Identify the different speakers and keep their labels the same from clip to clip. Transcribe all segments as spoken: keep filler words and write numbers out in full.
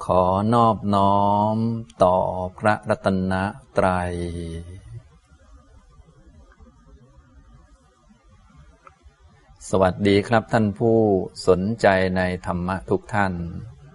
Speaker 1: ขอนอบน้อมต่อพระรัตนตรัยสวัสดีครับท่านผู้สนใจในธรรมะทุกท่าน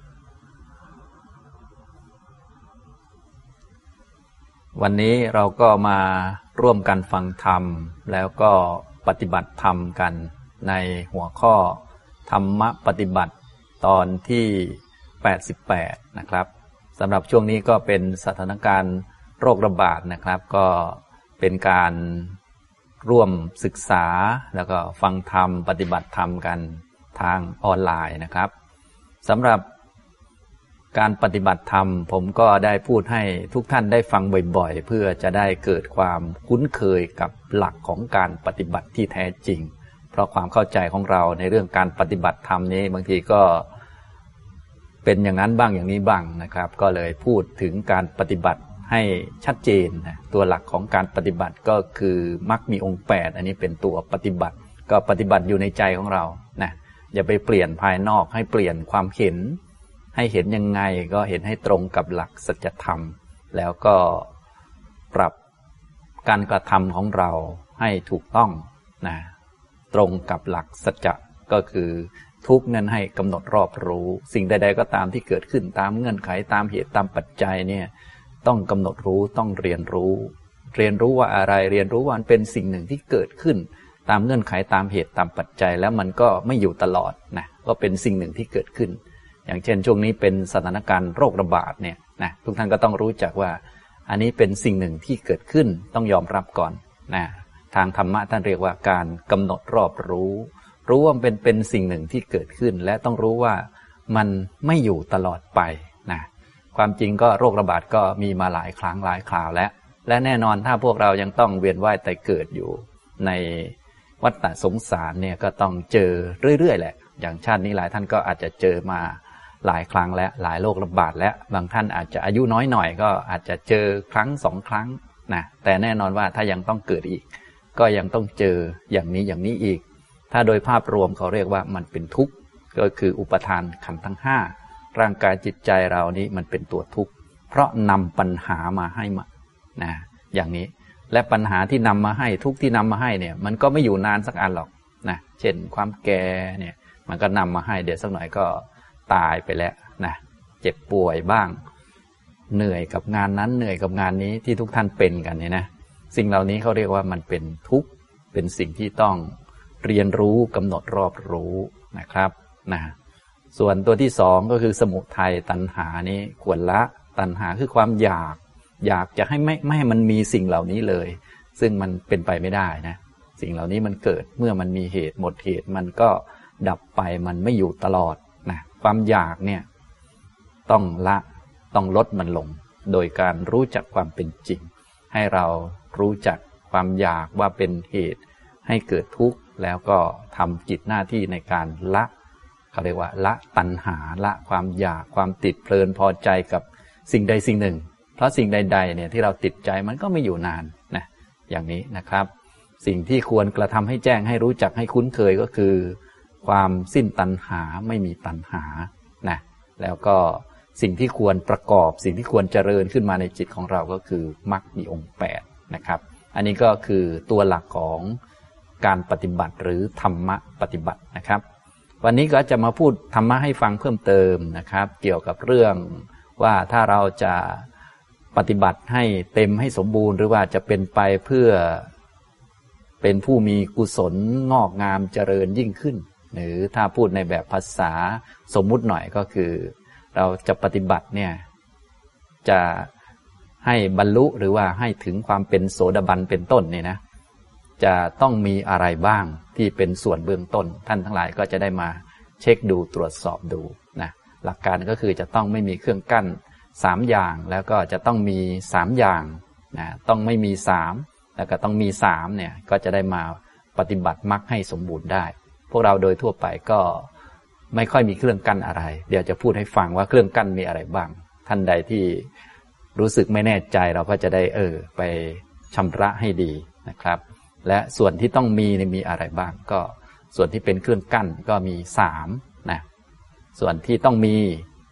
Speaker 1: วันนี้เราก็มาร่วมกันฟังธรรมแล้วก็ปฏิบัติธรรมกันในหัวข้อธรรมะปฏิบัติตอนที่แปดสิบแปดนะครับสำหรับช่วงนี้ก็เป็นสถานการณ์โรคระบาดนะครับก็เป็นการร่วมศึกษาแล้วก็ฟังธรรมปฏิบัติธรรมกันทางออนไลน์นะครับสำหรับการปฏิบัติธรรมผมก็ได้พูดให้ทุกท่านได้ฟังบ่อยๆเพื่อจะได้เกิดความคุ้นเคยกับหลักของการปฏิบัติที่แท้จริงเพราะความเข้าใจของเราในเรื่องการปฏิบัติธรรมนี้บางทีก็เป็นอย่างนั้นบ้างอย่างนี้บ้างนะครับก็เลยพูดถึงการปฏิบัติให้ชัดเจนนะตัวหลักของการปฏิบัติก็คือมรรคมีองค์แปดอันนี้เป็นตัวปฏิบัติก็ปฏิบัติอยู่ในใจของเรานะอย่าไปเปลี่ยนภายนอกให้เปลี่ยนความเห็นให้เห็นยังไงก็เห็นให้ตรงกับหลักสัจธรรมแล้วก็ปรับการกระทำของเราให้ถูกต้องนะตรงกับหลักสัจจะก็คือทุกข์นั้นให้กำหนดรอบรู้สิ่งใดๆก็ตามที่เกิดขึ้นตามเงื่อนไขตามเหตุตามปัจจัยเนี่ยต้องกำหนดรู้ต้องเรียนรู้เรียนรู้ว่าอะไรเรียนรู้ว่ามันเป็นสิ่งหนึ่งที่เกิดขึ้นตามเงื่อนไขตามเหตุตามปัจจัยแล้วมันก็ไม่อยู่ตลอดนะก็เป็นสิ่งหนึ่งที่เกิดขึ้นอย่างเช่นช่วงนี้เป็นสถานการณ์โรคระบาดเนี่ยนะทุกท่านก็ต้องรู้จักว่าอันนี้เป็นสิ่งหนึ่งที่เกิดขึ้นต้องยอมรับก่อนนะทางธรรมะท่านเรียกว่าการกำหนดรอบรู้รู้ว่าเป็นเป็นสิ่งหนึ่งที่เกิดขึ้นและต้องรู้ว่ามันไม่อยู่ตลอดไปนะความจริงก็โรคระบาดก็มีมาหลายครั้งหลายคราวแล้วและแน่นอนถ้าพวกเรายังต้องเวียนว่ายตายเกิดอยู่ในวัฏฏะสงสารเนี่ยก็ต้องเจอเรื่อยๆแหละอย่างชาตินี้หลายท่านก็อาจจะเจอมาหลายครั้งแล้วหลายโรคระบาดแล้วบางท่านอาจจะอายุน้อยหน่อยก็อาจจะเจอครั้งสองครั้งนะแต่แน่นอนว่าถ้ายังต้องเกิดอีกก็ยังต้องเจออย่างนี้อย่างนี้อีกถ้าโดยภาพรวมเขาเรียกว่ามันเป็นทุกข์ก็คืออุปทานขันธ์ทั้งห้าร่างกายจิตใจเรานี้มันเป็นตัวทุกข์เพราะนำปัญหามาให้มานะอย่างนี้และปัญหาที่นำมาให้ทุกข์ที่นำมาให้เนี่ยมันก็ไม่อยู่นานสักอันหรอกนะเช่นความแก่เนี่ยมันก็นำมาให้เดี๋ยวสักหน่อยก็ตายไปแล้วนะเจ็บป่วยบ้างเหนื่อยกับงานนั้นเหนื่อยกับงานนี้ที่ทุกท่านเป็นกันเนี่ยนะสิ่งเหล่านี้เขาเรียกว่ามันเป็นทุกข์เป็นสิ่งที่ต้องเรียนรู้กำหนดรอบรู้นะครับนะส่วนตัวที่สองก็คือสมุทัยตัณหานี้ควรละตัณหาคือความอยากอยากจะให้ไม่ไม่ให้มันมีสิ่งเหล่านี้เลยซึ่งมันเป็นไปไม่ได้นะสิ่งเหล่านี้มันเกิดเมื่อมันมีเหตุหมดเหตุมันก็ดับไปมันไม่อยู่ตลอดนะความอยากเนี่ยต้องละต้องลดมันลงโดยการรู้จักความเป็นจริงให้เรารู้จักความอยากว่าเป็นเหตุให้เกิดทุกข์แล้วก็ทำจิตหน้าที่ในการละเขาเรียกว่าละตัณหาละความอยากความติดเพลินพอใจกับสิ่งใดสิ่งหนึ่งเพราะสิ่งใดๆเนี่ยที่เราติดใจมันก็ไม่อยู่นานนะอย่างนี้นะครับสิ่งที่ควรกระทำให้แจ้งให้รู้จักให้คุ้นเคยก็คือความสิ้นตัณหาไม่มีตัณหานะแล้วก็สิ่งที่ควรประกอบสิ่งที่ควรเจริญขึ้นมาในจิตของเราก็คือมรรคมีองค์แปดนะครับอันนี้ก็คือตัวหลักของการปฏิบัติหรือธรรมะปฏิบัตินะครับวันนี้ก็จะมาพูดธรรมะให้ฟังเพิ่มเติมนะครับเกี่ยวกับเรื่องว่าถ้าเราจะปฏิบัติให้เต็มให้สมบูรณ์หรือว่าจะเป็นไปเพื่อเป็นผู้มีกุศลงอกงามเจริญยิ่งขึ้นหรือถ้าพูดในแบบภาษาสมมุติหน่อยก็คือเราจะปฏิบัติเนี่ยจะให้บรรลุหรือว่าให้ถึงความเป็นโสดาบันเป็นต้นเนี่ยนะจะต้องมีอะไรบ้างที่เป็นส่วนเบื้องต้นท่านทั้งหลายก็จะได้มาเช็คดูตรวจสอบดูนะหลักการก็คือจะต้องไม่มีเครื่องกั้นสามอย่างแล้วก็จะต้องมีสามอย่างนะต้องไม่มีสามแล้วก็ต้องมีสามเนี่ยก็จะได้มาปฏิบัติมรรคให้สมบูรณ์ได้พวกเราโดยทั่วไปก็ไม่ค่อยมีเครื่องกั้นอะไรเดี๋ยวจะพูดให้ฟังว่าเครื่องกั้นมีอะไรบ้างท่านใดที่รู้สึกไม่แน่ใจเราก็จะได้เออไปชำระให้ดีนะครับและส่วนที่ต้องมีมีอะไรบ้างก็ส่วนที่เป็นเครื่องกั้นก็มีสามนะส่วนที่ต้องมี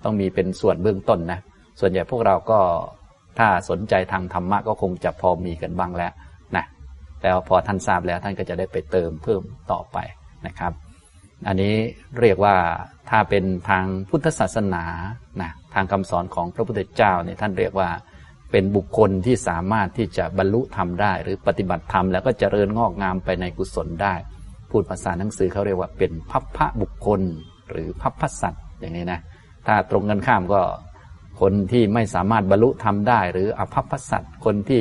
Speaker 1: ต้องมีเป็นส่วนเบื้องต้นนะส่วนใหญ่พวกเราก็ถ้าสนใจทางธรรมะก็คงจะพอมีกันบ้างแล้วนะแล้วพอท่านทราบแล้วท่านก็จะได้ไปเติมเพิ่มต่อไปนะครับอันนี้เรียกว่าถ้าเป็นทางพุทธศาสนานะทางคำสอนของพระพุทธเจ้าเนี่ยท่านเรียกว่าเป็นบุคคลที่สามารถที่จะบรรลุธรรมได้หรือปฏิบัติธรรมแล้วก็เจริญงอกงามไปในกุศลได้พูดภาษาหนังสือเขาเรียกว่าเป็นพัพพะบุคคลหรือพัพพสัตว์อย่างนี้นะถ้าตรงกันข้ามก็คนที่ไม่สามารถบรรลุธรรมได้หรืออภัพพสัตว์คนที่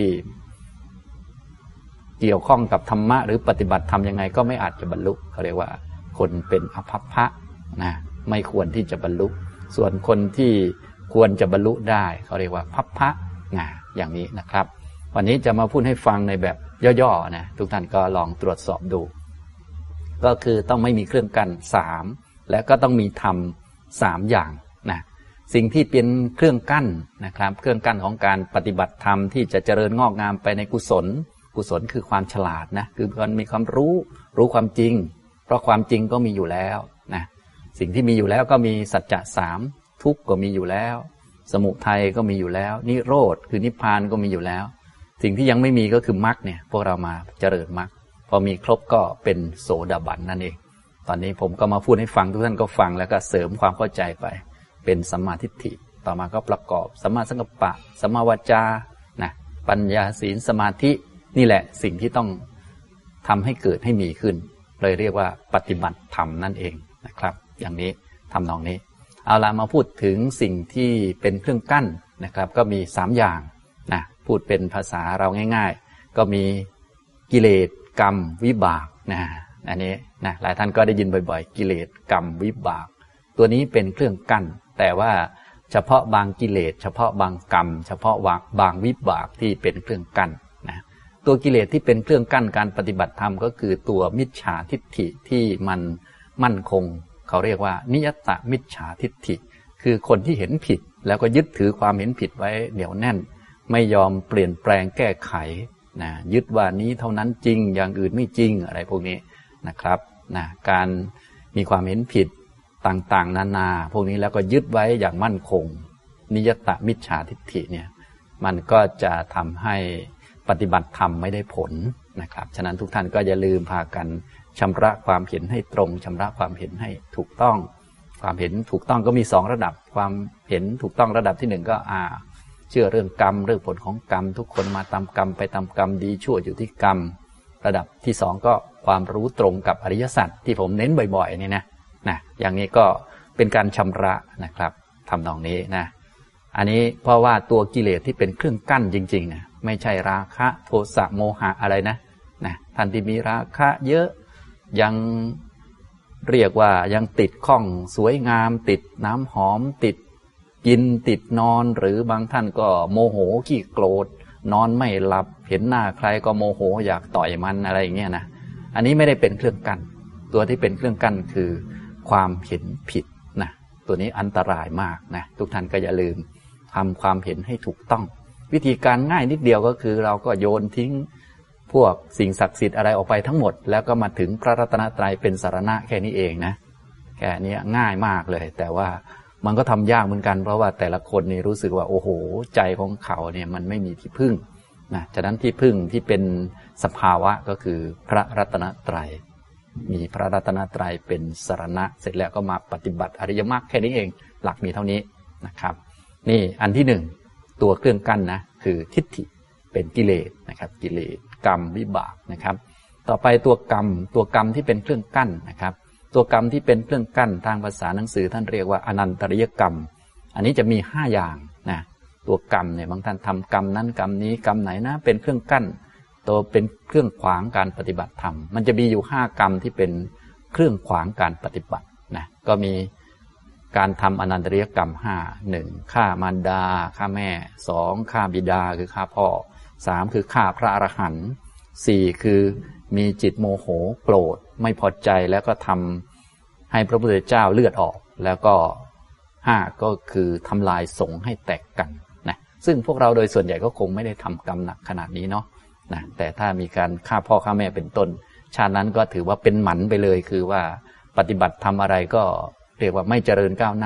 Speaker 1: เกี่ยวข้องกับธรรมะหรือปฏิบัติธรรมยังไงก็ไม่อาจจะบรรลุเขาเรียกว่าคนเป็นอภัพพะนะไม่ควรที่จะบรรลุส่วนคนที่ควรจะบรรลุได้เขาเรียกว่าพัพพะนะอย่างนี้นะครับวันนี้จะมาพูดให้ฟังในแบบย่อๆนะทุกท่านก็ลองตรวจสอบดูก็คือต้องไม่มีเครื่องกั้นสามและก็ต้องมีธรรมสามอย่างนะสิ่งที่เป็นเครื่องกั้นนะครับเครื่องกั้นของการปฏิบัติธรรมที่จะเจริญงอกงามไปในกุศลกุศลคือความฉลาดนะคือการมีความรู้รู้ความจริงเพราะความจริงก็มีอยู่แล้วนะสิ่งที่มีอยู่แล้วก็มีสัจจะสามทุกข์ก็มีอยู่แล้วสมุทัยก็มีอยู่แล้วนิโรธคือนิพพานก็มีอยู่แล้วสิ่งที่ยังไม่มีก็คือมรรคเนี่ยพวกเรามาเจริญมรรคพอมีครบก็เป็นโสดาบันนั่นเองตอนนี้ผมก็มาพูดให้ฟังทุกท่านก็ฟังแล้วก็เสริมความเข้าใจไปเป็นสัมมาทิฏฐิต่อมาก็ประกอบสัมมาสังกัปปะสัมมาวาจานะปัญญาศีลสมาธินี่แหละสิ่งที่ต้องทำให้เกิดให้มีขึ้นเลยเรียกว่าปฏิบัติธรรมนั่นเองนะครับอย่างนี้ทำนองนี้เอาละมาพูดถึงสิ่งที่เป็นเครื่องกั้นนะครับก็มีสามอย่างนะพูดเป็นภาษาเราง่ายๆก็มีกิเลสกรรมวิบากนะอันนี้นะหลายท่านก็ได้ยินบ่อยๆกิเลสกรรมวิบากตัวนี้เป็นเครื่องกั้นแต่ว่าเฉพาะบางกิเลสเฉพาะบางกรรมเฉพาะบางวิบากที่เป็นเครื่องกั้นนะตัวกิเลสที่เป็นเครื่องกั้นการปฏิบัติธรรมก็คือตัวมิจฉาทิฏฐิที่มันมั่นคงเขาเรียกว่านิยตมิจฉาทิฏฐิคือคนที่เห็นผิดแล้วก็ยึดถือความเห็นผิดไว้เหนียวแน่นไม่ยอมเปลี่ยนแปลงแก้ไขนะยึดว่านี้เท่านั้นจริงอย่างอื่นไม่จริงอะไรพวกนี้นะครับนะการมีความเห็นผิดต่างๆนานาพวกนี้แล้วก็ยึดไว้อย่างมั่นคงนิยตมิจฉาทิฏฐิเนี่ยมันก็จะทำให้ปฏิบัติธรรมไม่ได้ผลนะครับฉะนั้นทุกท่านก็อย่าลืมพากันชำระความเห็นให้ตรงชำระความเห็นให้ถูกต้องความเห็นถูกต้องก็มีสองระดับความเห็นถูกต้องระดับที่หนึ่งก็อ่าเชื่อเรื่องกรรมเรื่องผลของกรรมทุกคนมาตามกรรมไปตามกรรมดีชั่วอยู่ที่กรรมระดับที่สองก็ความรู้ตรงกับอริยสัจที่ผมเน้นบ่อยๆนี่นะนะอย่างนี้ก็เป็นการชำระนะครับทำนองนี้นะอันนี้เพราะว่าตัวกิเลสที่เป็นเครื่องกั้นจริงๆนะไม่ใช่ราคะโทสะโมหะอะไรนะนะท่านที่มีราคะเยอะยังเรียกว่ายังติดข้องสวยงามติดน้ำหอมติดกินติดนอนหรือบางท่านก็โมโหขี้โกรธนอนไม่หลับเห็นหน้าใครก็โมโหอยากต่อยมันอะไรอย่างเงี้ยนะอันนี้ไม่ได้เป็นเครื่องกั้นตัวที่เป็นเครื่องกั้นคือความเห็นผิดนะตัวนี้อันตรายมากนะทุกท่านก็อย่าลืมทำความเห็นให้ถูกต้องวิธีการง่ายนิดเดียวก็คือเราก็โยนทิ้งพวกสิ่งศักดิ์สิทธิ์อะไรออกไปทั้งหมดแล้วก็มาถึงพระรัตนตรัยเป็นสรณะแค่นี้เองนะแค่นี้ง่ายมากเลยแต่ว่ามันก็ทำยากเหมือนกันเพราะว่าแต่ละคนนี่รู้สึกว่าโอ้โหใจของเขาเนี่ยมันไม่มีที่พึ่งนะฉะนั้นที่พึ่งที่เป็นสภาวะก็คือพระรัตนตรัยมีพระรัตนตรัยเป็นสรณะเสร็จแล้วก็มาปฏิบัติอริยมรรคแค่นี้เองหลักมีเท่านี้นะครับนี่อันที่หนึ่งตัวเครื่องกั้นนะคือทิฏฐิเป็นกิเลสนะครับกิเลสกรรมวิบากนะครับต่อไปตัวกรรมตัวกรรมที่เป็นเครื่องกั้นนะครับตัวกรรมที่เป็นเครื่องกั้นทางภาษาหนังสือท่านเรียกว่าอนันตริยกรรมอันนี้จะมีห้าอย่างนะตัวกรรมเนี่ยบางท่านทำกรรมนั้นกรรมนี้กรรมไหนนะเป็นเครื่องกั้นตัวเป็นเครื่องขวางการปฏิบัติธรรมมันจะมีอยู่ห้ากรรมที่เป็นเครื่องขวางการปฏิบัตินะก็มีการทำอนันตริยกรรมห้าหนึ่งฆ่ามารดาฆ่าแม่สองฆ่าบิดาคือฆ่าพ่อสามคือฆ่าพระอรหันต์สี่คือมีจิตโมโหโกรธไม่พอใจแล้วก็ทำให้พระพุทธเจ้าเลือดออกแล้วก็ห้าก็คือทำลายสงฆ์ให้แตกกันนะซึ่งพวกเราโดยส่วนใหญ่ก็คงไม่ได้ทำกรรมหนักขนาดนี้เนาะนะแต่ถ้ามีการฆ่าพ่อฆ่าแม่เป็นต้นชาตินั้นก็ถือว่าเป็นหมันไปเลยคือว่าปฏิบัติทำอะไรก็เรียกว่าไม่เจริญก้าวหน้า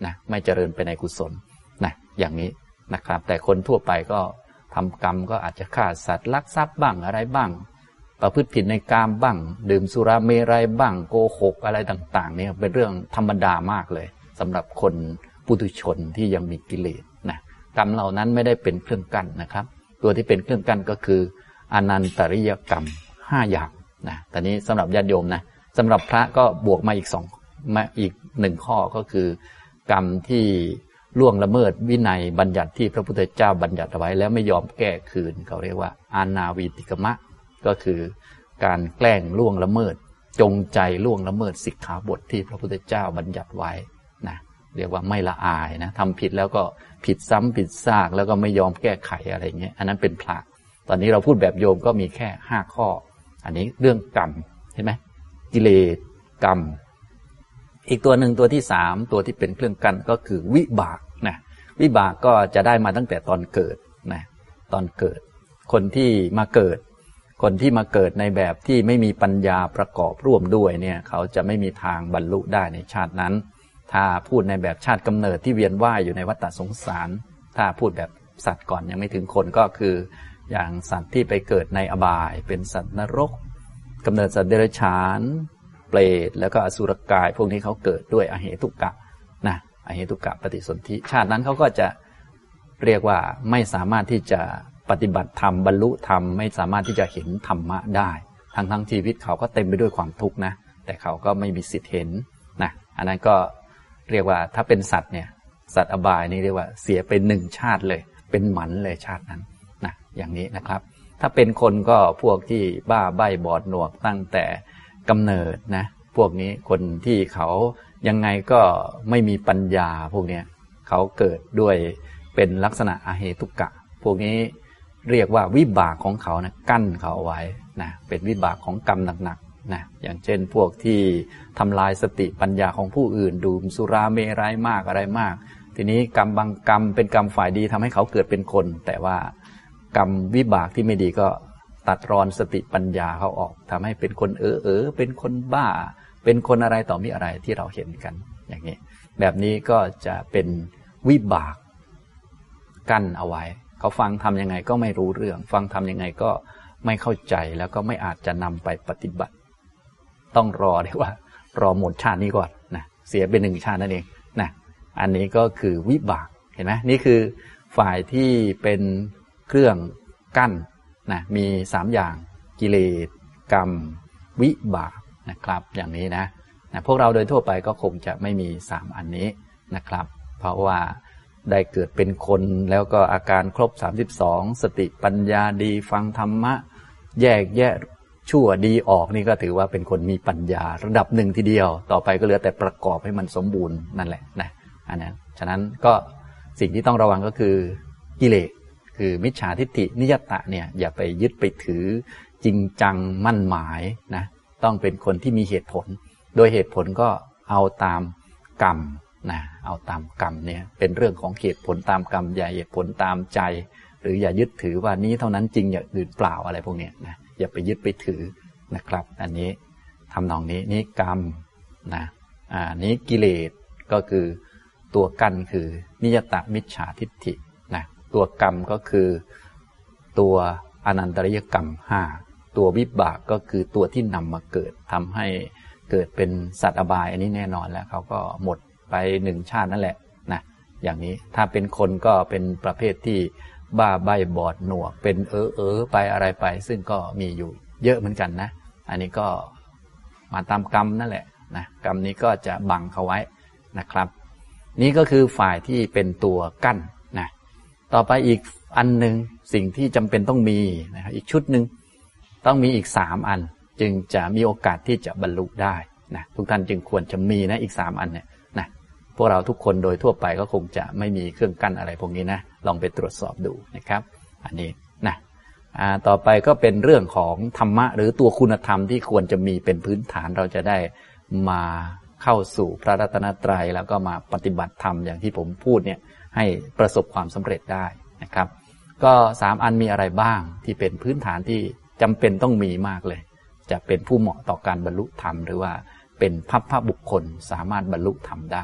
Speaker 1: นะไม่เจริญไปในกุศลนะอย่างนี้นะครับแต่คนทั่วไปก็ทำกรรมก็อาจจะฆ่าสัตว์ลักทรัพย์บ้างอะไรบ้างประพฤติผิดในกามบ้างดื่มสุราเมรัยบ้างโกหกอะไรต่างๆเนี่ยเป็นเรื่องธรรมดามากเลยสำหรับคนปุถุชนที่ยังมีกิเลสนะกรรมเหล่านั้นไม่ได้เป็นเครื่องกั้นนะครับตัวที่เป็นเครื่องกั้นก็คืออนันตริยกรรมห้าอย่างนะตอนนี้สำหรับญาติโยมนะสำหรับพระก็บวกมาอีกสองมาอีกหนึ่งข้อก็คือกรรมที่ล่วงละเมิดวินัยบัญญัติที่พระพุทธเจ้าบัญญัติเอาไว้แล้วไม่ยอมแก้คืนเขาเรียกว่าอานาวีติกมะก็คือการแกล้งล่วงละเมิดจงใจล่วงละเมิดสิกขาบทที่พระพุทธเจ้าบัญญัติไว้นะเรียกว่าไม่ละอายนะทำผิดแล้วก็ผิดซ้ำผิดซากแล้วก็ไม่ยอมแก้ไขอะไรเงี้ยอันนั้นเป็นพระตอนนี้เราพูดแบบโยมก็มีแค่ห้าข้ออันนี้เรื่องกรรมเห็นไหมกิเลสกรรมอีกตัวหนึ่งตัวที่สามตัวที่เป็นเครื่องกั้นก็คือวิบากนะวิบากก็จะได้มาตั้งแต่ตอนเกิดนะตอนเกิดคนที่มาเกิดคนที่มาเกิดในแบบที่ไม่มีปัญญาประกอบร่วมด้วยเนี่ยเขาจะไม่มีทางบรรลุได้ในชาตินั้นถ้าพูดในแบบชาติกำเนิดที่เวียนว่ายอยู่ในวัฏสงสารถ้าพูดแบบสัตว์ก่อนยังไม่ถึงคนก็คืออย่างสัตว์ที่ไปเกิดในอบายเป็นสัตว์นรกกำเนิดสัตว์เดรัจฉานเปรตแล้วก็อสุรกายพวกนี้เขาเกิดด้วยอเหตุกะนะอเหตุกะปฏิสนธิชาตินั้นเขาก็จะเรียกว่าไม่สามารถที่จะปฏิบัติธรรมบรรลุธรรมไม่สามารถที่จะเห็นธรรมะได้ทั้งทั้งชีวิตเขาก็เต็มไปด้วยความทุกข์นะแต่เขาก็ไม่มีสิทธิ์เห็นนะอันนั้นก็เรียกว่าถ้าเป็นสัตว์เนี่ยสัตว์อบายนี่เรียกว่าเสียเป็นหนึ่งชาติเลยเป็นหมันเลยชาตินั้นนะอย่างนี้นะครับถ้าเป็นคนก็พวกที่บ้าใบ้บอดหนวกตั้งแต่กำเนิดนะพวกนี้คนที่เขายังไงก็ไม่มีปัญญาพวกนี้เขาเกิดด้วยเป็นลักษณะอเหตุกะพวกนี้เรียกว่าวิบากของเขานะกั้นเขาไว้นะเป็นวิบากของกรรมหนักๆนะอย่างเช่นพวกที่ทำลายสติปัญญาของผู้อื่นดื่มสุราเมรัยมากอะไรมากทีนี้กรรมบางกรรมเป็นกรรมฝ่ายดีทำให้เขาเกิดเป็นคนแต่ว่ากรรมวิบากที่ไม่ดีก็ตัดรอนสติปัญญาเขาออกทำให้เป็นคนเออเออเป็นคนบ้าเป็นคนอะไรต่อมีอะไรที่เราเห็นกันอย่างนี้แบบนี้ก็จะเป็นวิบากกั้นเอาไว้เขาฟังทำยังไงก็ไม่รู้เรื่องฟังทำยังไงก็ไม่เข้าใจแล้วก็ไม่อาจจะนำไปปฏิบัติต้องรอเรียกว่ารอหมดชาตินี้ก่อนนะเสียเป็นหนึ่งชาตินั่นเองนะอันนี้ก็คือวิบากเห็นไหมนี่คือฝ่ายที่เป็นเครื่องกั้นนะมีสามอย่างกิเลสกรรมวิบากนะครับอย่างนี้นะนะพวกเราโดยทั่วไปก็คงจะไม่มีสามอันนี้นะครับเพราะว่าได้เกิดเป็นคนแล้วก็อาการครบสามสิบสองสติปัญญาดีฟังธรรมะแยกแยะชั่วดีออกนี่ก็ถือว่าเป็นคนมีปัญญาระดับหนึ่งทีเดียวต่อไปก็เหลือแต่ประกอบให้มันสมบูรณ์นั่นแหละนะอันนั้นฉะนั้นก็สิ่งที่ต้องระวังก็คือกิเลสคือมิจฉาทิฏฐินิยตะเนี่ยอย่าไปยึดไปถือจริงจังมั่นหมายนะต้องเป็นคนที่มีเหตุผลโดยเหตุผลก็เอาตามกรรมนะเอาตามกรรมเนี่ยเป็นเรื่องของเหตุผลตามกรรมอย่าเหตุผลตามใจหรืออย่ายึดถือว่านี้เท่านั้นจริงอย่าอื่นเปล่าอะไรพวกนี้นะอย่าไปยึดไปถือนะครับอันนี้ทำนองนี้นี่กรรมนะอ่านี้กิเลสก็คือตัวกั้นคือนิยตมิจฉาทิฏฐินะตัวกรรมก็คือตัวอนันตริยกรรมห้าตัววิบากก็คือตัวที่นำมาเกิดทำให้เกิดเป็นสัตว์อบายอันนี้แน่นอนแล้วเขาก็หมดไปหนึ่งชาตินั่นแหละนะอย่างนี้ถ้าเป็นคนก็เป็นประเภทที่บ้าใบ้บอดหนวกเป็นเออเออไปอะไรไปซึ่งก็มีอยู่เยอะเหมือนกันนะอันนี้ก็มาตามกรรมนั่นแหละนะกรรมนี้ก็จะบังเขาไว้นะครับนี่ก็คือฝ่ายที่เป็นตัวกั้นนะต่อไปอีกอันหนึ่งสิ่งที่จำเป็นต้องมีนะครับอีกชุดหนึ่งต้องมีอีกสามอันจึงจะมีโอกาสที่จะบรรลุได้นะทุกท่านจึงควรจะมีนะอีกสามอันเนี่ยนะพวกเราทุกคนโดยทั่วไปก็คงจะไม่มีเครื่องกั้นอะไรพวกนี้นะลองไปตรวจสอบดูนะครับอันนี้นะอ่าต่อไปก็เป็นเรื่องของธรรมะหรือตัวคุณธรรมที่ควรจะมีเป็นพื้นฐานเราจะได้มาเข้าสู่พระรัตนตรัยแล้วก็มาปฏิบัติธรรมอย่างที่ผมพูดเนี่ยให้ประสบความสำเร็จได้นะครับก็สามอันมีอะไรบ้างที่เป็นพื้นฐานที่จำเป็นต้องมีมากเลยจะเป็นผู้เหมาะต่อการบรรลุธรรมหรือว่าเป็นพัพพบุคคลสามารถบรรลุธรรมได้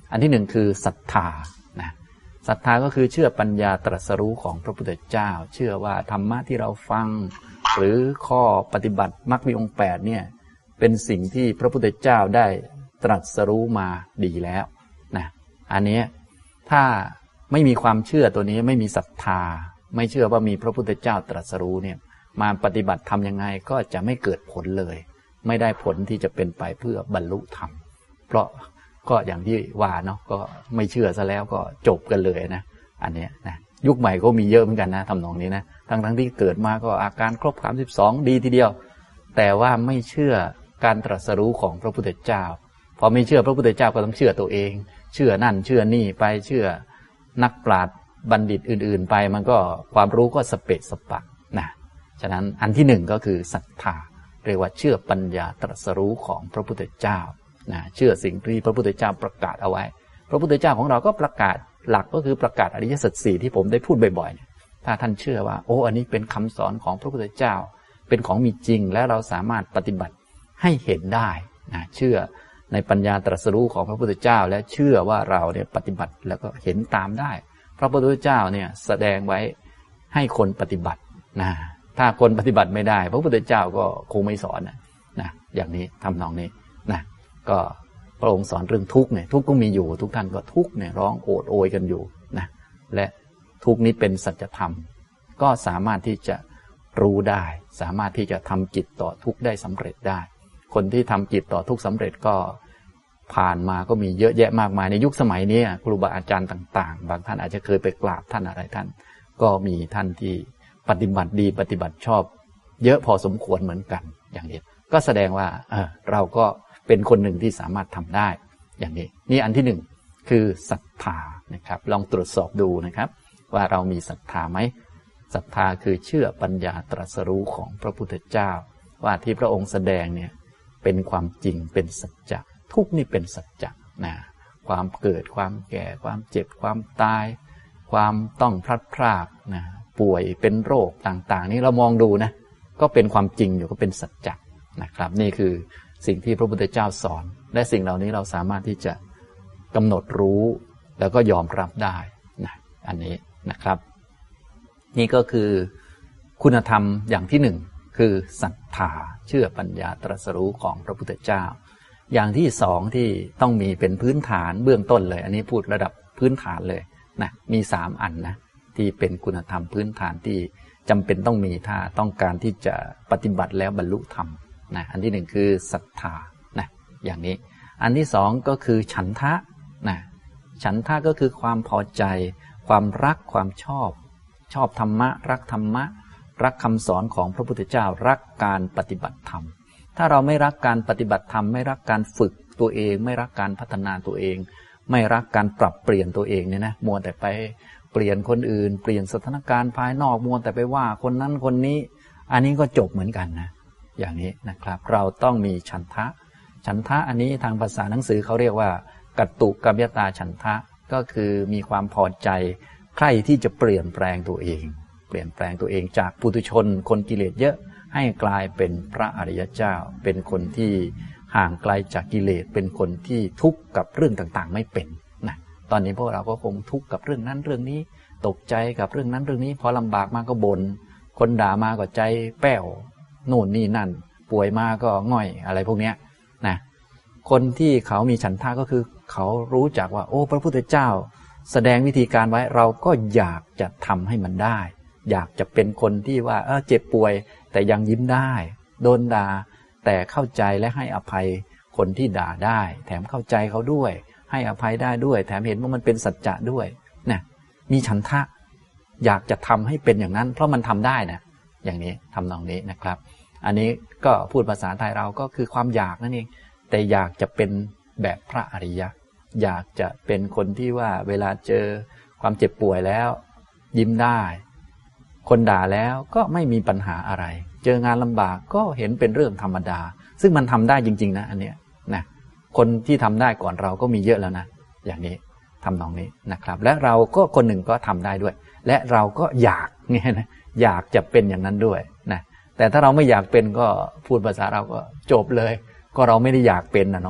Speaker 1: อันที่หนึ่งคือศรัทธานะศรัทธาก็คือเชื่อปัญญาตรัสรู้ของพระพุทธเจ้าเชื่อว่าธรรมะที่เราฟังหรือข้อปฏิบัติมรรคมีองค์แปดเนี่ยเป็นสิ่งที่พระพุทธเจ้าได้ตรัสรู้มาดีแล้วนะอันนี้ถ้าไม่มีความเชื่อตัวนี้ไม่มีศรัทธาไม่เชื่อว่ามีพระพุทธเจ้าตรัสรู้เนี่ยมาปฏิบัติทำยังไงก็จะไม่เกิดผลเลยไม่ได้ผลที่จะเป็นไปเพื่อบรรลุธรรมเพราะก็อย่างที่ว่าเนาะก็ไม่เชื่อซะแล้วก็จบกันเลยนะอันนี้นะยุคใหม่ก็มีเยอะเหมือนกันนะทำนองนี้นะทั้งทั้งที่เกิดมาก็อาการครบสามสิบสองดีทีเดียวแต่ว่าไม่เชื่อการตรัสรู้ของพระพุทธเจ้าพอไม่เชื่อพระพุทธเจ้าก็ต้องเชื่อตัวเองเชื่อนั่นเชื่อนี่ไปเชื่อนักปราชญ์บัณฑิตอื่นๆไปมันก็ความรู้ก็สเปะสปะนะฉะนั้นอันที่หนึ่งก็คือศรัทธาเรียกว่าเชื่อปัญญาตรัสรู้ของพระพุทธเจ้านะเชื่อสิ่งที่พระพุทธเจ้าประกาศเอาไว้พระพุทธเจ้าของเราก็ประกาศหลักก็คือประกาศอริยสัจสี่ที่ผมได้พูดบ่อยๆถ้าท่านเชื่อว่าโอ้อันนี้เป็นคำสอนของพระพุทธเจ้าเป็นของมีจริงและเราสามารถปฏิบัติให้เห็นได้นะเชื่อในปัญญาตรัสรู้ของพระพุทธเจ้าและเชื่อว่าเราเนี่ยปฏิบัติแล้วก็เห็นตามได้พระพุทธเจ้าเนี่ยแสดงไว้ให้คนปฏิบัตินะถ้าคนปฏิบัติไม่ได้พระพุทธเจ้าก็คงไม่สอนนะนะอย่างนี้ทำนองนี้นะก็พระองค์สอนเรื่องทุกข์เนี่ยทุกข์ก็มีอยู่ทุกท่านก็ทุกข์เนี่ยร้องโอดโอยกันอยู่นะและทุกข์นี้เป็นสัจธรรมก็สามารถที่จะรู้ได้สามารถที่จะทำจิตต่อทุกข์ได้สำเร็จได้คนที่ทำจิตต่อทุกข์สำเร็จก็ผ่านมาก็มีเยอะแยะมากมายในยุคสมัยนี้ครูบาอาจารย์ต่างๆบางท่านอาจจะเคยไปกราบท่านอะไรท่านก็มีท่านที่ปฏิบัติดีปฏิบัติชอบเยอะพอสมควรเหมือนกันอย่างนี้ก็แสดงว่าเออเราก็เป็นคนหนึ่งที่สามารถทำได้อย่างนี้นี่อันที่หนึ่งคือศรัทธานะครับลองตรวจสอบดูนะครับว่าเรามีศรัทธาไหมศรัทธาคือเชื่อปัญญาตรัสรู้ของพระพุทธเจ้าว่าที่พระองค์แสดงเนี่ยเป็นความจริงเป็นสัจจะทุกนี่เป็นสัจจะนะความเกิดความแก่ความเจ็บความตายความต้องพลัดพรากนะป่วยเป็นโรคต่างๆนี่เรามองดูนะก็เป็นความจริงอยู่ก็เป็นสัจจะนะครับนี่คือสิ่งที่พระพุทธเจ้าสอนและสิ่งเหล่านี้เราสามารถที่จะกำหนดรู้แล้วก็ยอมรับได้นะอันนี้นะครับนี่ก็คือคุณธรรมอย่างที่หนึ่งคือศรัทธาเชื่อปัญญาตรัสรู้ของพระพุทธเจ้าอย่างที่สองที่ต้องมีเป็นพื้นฐานเบื้องต้นเลยอันนี้พูดระดับพื้นฐานเลยนะมีสามอันนะที่เป็นคุณธรรมพื้นฐานที่จำเป็นต้องมีถ้าต้องการที่จะปฏิบัติแล้วบรรลุธรรมนะอันที่หนึ่งคือศรัทธานะอย่างนี้อันที่สองก็คือฉันทะนะฉันทะก็คือความพอใจความรักความชอบชอบธรรมะรักธรรมะรักคำสอนของพระพุทธเจ้ารักการปฏิบัติธรรมถ้าเราไม่รักการปฏิบัติธรรมไม่รักการฝึกตัวเองไม่รักการพัฒนาตัวเองไม่รักการปรับเปลี่ยนตัวเองเนี่ยนะมัวแต่ไปเปลี่ยนคนอื่นเปลี่ยนสถานการณ์ภายนอกมัวแต่ไปว่าคนนั้นคนนี้อันนี้ก็จบเหมือนกันนะอย่างนี้นะครับเราต้องมีฉันทะฉันทะอันนี้ทางภาษาหนังสือเขาเรียกว่ากัตตุกัมยตาฉันทะก็คือมีความพอใจใคร่ที่จะเปลี่ยนแปลงตัวเองเปลี่ยนแปลงตัวเองจากปุถุชนคนกิเลสเยอะให้กลายเป็นพระอริยเจ้าเป็นคนที่ห่างไกลจากกิเลสเป็นคนที่ทุกข์กับเรื่องต่างๆไม่เป็นนะตอนนี้พวกเราก็คงทุกข์กับเรื่องนั้นเรื่องนี้ตกใจกับเรื่องนั้นเรื่องนี้พอลำบากมาก็บน่นคนด่ามาก็ใจแป้วโน่นนี่นั่นป่วยมาก็ง่อยอะไรพวกเนี้ยนะคนที่เขามีฉันทะก็คือเขารู้จักว่าโอ้พระพุทธเจ้าแสดงวิธีการไว้เราก็อยากจะทำให้มันได้อยากจะเป็นคนที่ว่าเออเจ็บป่วยแต่ยังยิ้มได้โดนด่าแต่เข้าใจและให้อภัยคนที่ด่าได้แถมเข้าใจเขาด้วยให้อภัยได้ด้วยแถมเห็นว่ามันเป็นสัจจะด้วยนะมีฉันทะอยากจะทำให้เป็นอย่างนั้นเพราะมันทำได้นะอย่างนี้ทำนองนี้นะครับอันนี้ก็พูดภาษาไทยเราก็คือความอยากนั่นเองแต่อยากจะเป็นแบบพระอริยะอยากจะเป็นคนที่ว่าเวลาเจอความเจ็บป่วยแล้วยิ้มได้คนด่าแล้วก็ไม่มีปัญหาอะไรเจองานลำบากก็เห็นเป็นเรื่องธรรมดาซึ่งมันทำได้จริงๆนะอันเนี้ยนะคนที่ทำได้ก่อนเราก็มีเยอะแล้วนะอย่างนี้ทำนองนี้นะครับและเราก็คนหนึ่งก็ทำได้ด้วยและเราก็อยากไงนะอยากจะเป็นอย่างนั้นด้วยนะแต่ถ้าเราไม่อยากเป็นก็พูดภาษาเราก็จบเลยก็เราไม่ได้อยากเป็นนะเนาะ